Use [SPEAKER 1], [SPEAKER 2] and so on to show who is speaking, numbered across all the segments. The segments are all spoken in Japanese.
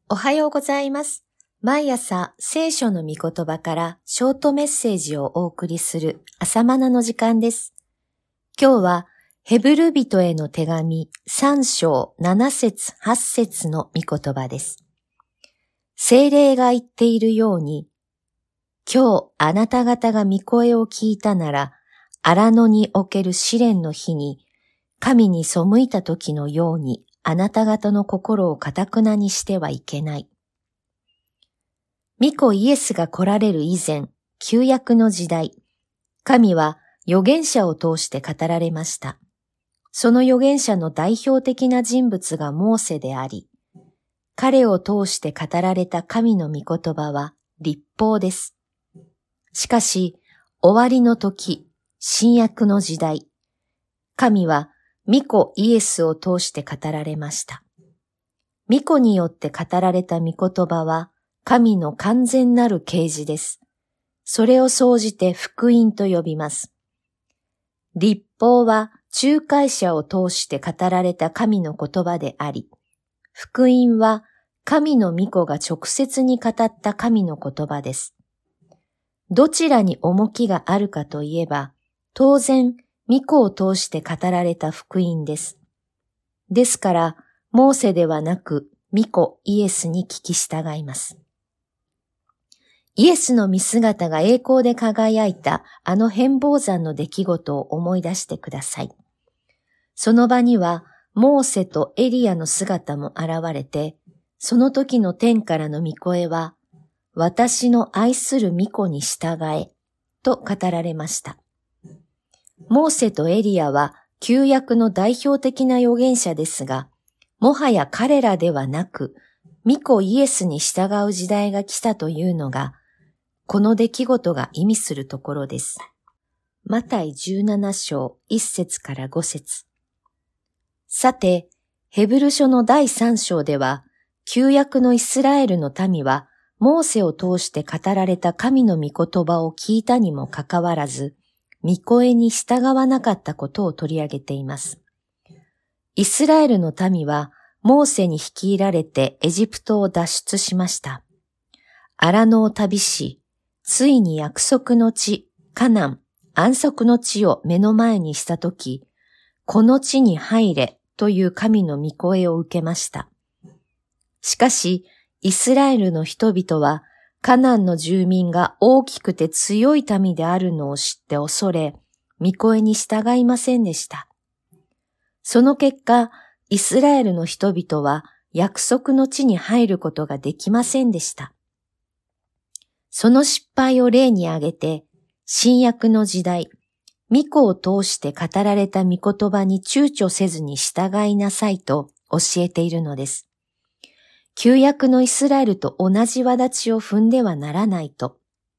[SPEAKER 1] おはようございます。毎朝聖書の御言葉からショートメッセージをお送りする朝マナの時間です。今日はヘブル人への手紙3章7節8節の御言葉です。聖霊が言っているように、今日あなた方が御声を聞いたなら、荒野における試練の日に、神に背いた時のように、あなた方の心を堅にしてはいけない。御子イエスが来られる以前、旧約の時代、神は預言者を通して語られました。その預言者の代表的な人物がモーセであり、彼を通して語られた神の御言葉は律法です。しかし、終わりの時、新約の時代、神は御子イエスを通して語られました。御子によって語られた御言葉は神の完全なる啓示です。それを総じて福音と呼びます。律法は仲介者を通して語られた神の言葉であり、福音は神の御子が直接に語った神の言葉です。どちらに重きがあるかといえば、当然、御子を通して語られた福音です。ですから、モーセではなく、御子イエスに聞き従います。イエスの御姿が栄光で輝いたあの変貌山の出来事を思い出してください。その場には、モーセとエリアの姿も現れて、その時の天からの御声は、私の愛する御子に従え、と語られました。モーセとエリアは旧約の代表的な預言者ですが、もはや彼らではなく、御子イエスに従う時代が来たというのが、この出来事が意味するところです。マタイ17章1節から5節。さて、ヘブル書の第3章では、旧約のイスラエルの民は、モーセを通して語られた神の御言葉を聞いたにもかかわらず、御声に従わなかったことを取り上げています。イスラエルの民はモーセに率いられてエジプトを脱出しました。荒野を旅し、ついに約束の地、カナン、安息の地を目の前にしたとき、この地に入れという神の御声を受けました。しかし、イスラエルの人々はカナンの住民が大きくて強い民であるのを知って恐れ、御声に従いませんでした。その結果、イスラエルの人々は約束の地に入ることができませんでした。その失敗を例に挙げて、新約の時代、御子を通して語られた御言葉に躊躇せずに従いなさいと教えているのです。旧約のイスラエルと同じ轍を踏んではならないと。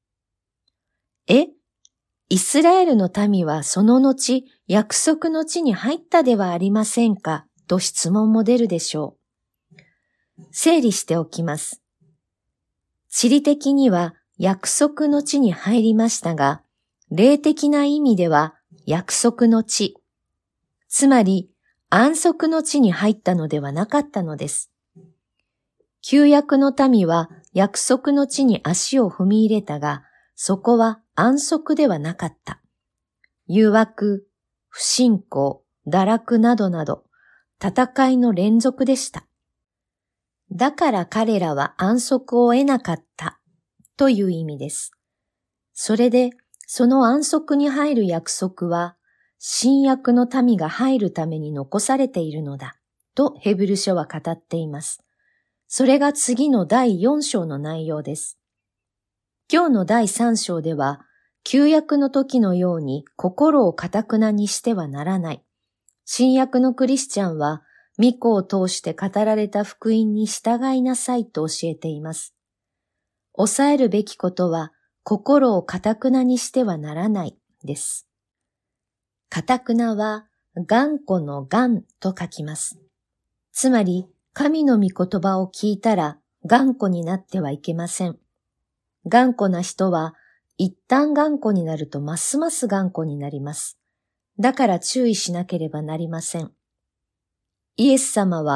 [SPEAKER 1] イスラエルの民はその後、約束の地に入ったではありませんかと質問も出るでしょう。整理しておきます。地理的には約束の地に入りましたが、霊的な意味では約束の地、つまり安息の地に入ったのではなかったのです。旧約の民は約束の地に足を踏み入れたが、そこは安息ではなかった。誘惑、不信仰、堕落などなど、戦いの連続でした。だから彼らは安息を得なかったという意味です。それで、その安息に入る約束は、新約の民が入るために残されているのだ、とヘブル書は語っています。それが次の第4章の内容です。今日の第3章では、旧約の時のように心を堅にしてはならない。新約のクリスチャンは、御子を通して語られた福音に従いなさいと教えています。抑えるべきことは、心を堅にしてはならないです。堅は、頑固の頑と書きます。つまり、神の御言葉を聞いたら頑固になってはいけません。頑固な人は一旦頑固になるとますます頑固になります。だから注意しなければなりません。イエス様は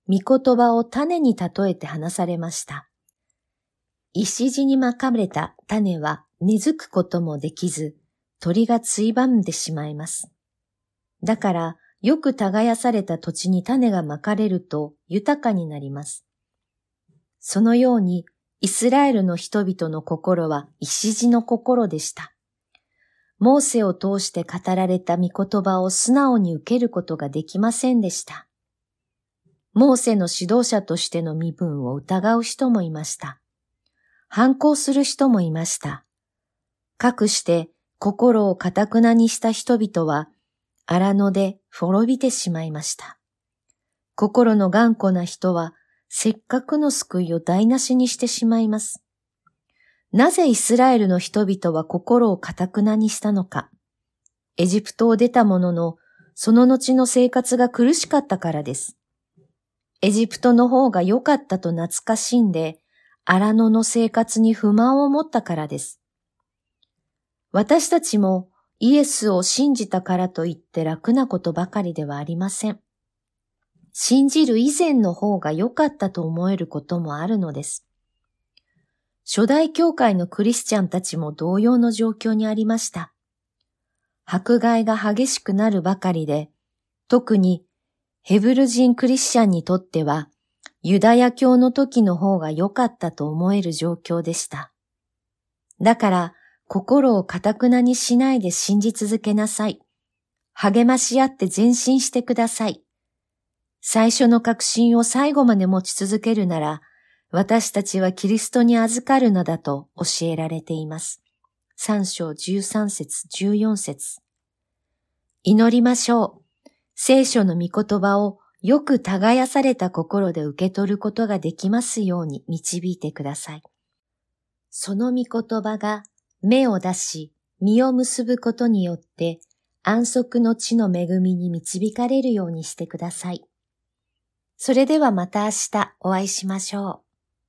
[SPEAKER 1] 御言葉を種に例えて話されました。石地にまかれた種は根付くこともできず、鳥がついばんでしまいます。だから、よく耕された土地に種がまかれると豊かになります。そのように、イスラエルの人々の心は石地の心でした。モーセを通して語られた御言葉を素直に受けることができませんでした。モーセの指導者としての身分を疑う人もいました。反抗する人もいました。かくして心を堅くなにした人々は荒野で滅びてしまいました。心の頑固な人はせっかくの救いを台無しにしてしまいます。なぜイスラエルの人々は心を堅くなにしたのか。エジプトを出たものの、その後の生活が苦しかったからです。エジプトの方が良かったと懐かしんで、荒野の生活に不満を持ったからです。私たちもイエスを信じたからといって楽なことばかりではありません。信じる以前の方が良かったと思えることもあるのです。初代教会のクリスチャンたちも同様の状況にありました。迫害が激しくなるばかりで、特にヘブル人クリスチャンにとっては、ユダヤ教の時の方が良かったと思える状況でした。だから、心を堅くなにしないで信じ続けなさい。励まし合って前進してください。最初の確信を最後まで持ち続けるなら、私たちはキリストに預かるのだと教えられています。3章13節14節。祈りましょう。聖書の御言葉をよく耕された心で受け取ることができますように導いてください。その御言葉が芽を出し、実を結ぶことによって安息の地の恵みに導かれるようにしてください。それではまた明日お会いしましょう。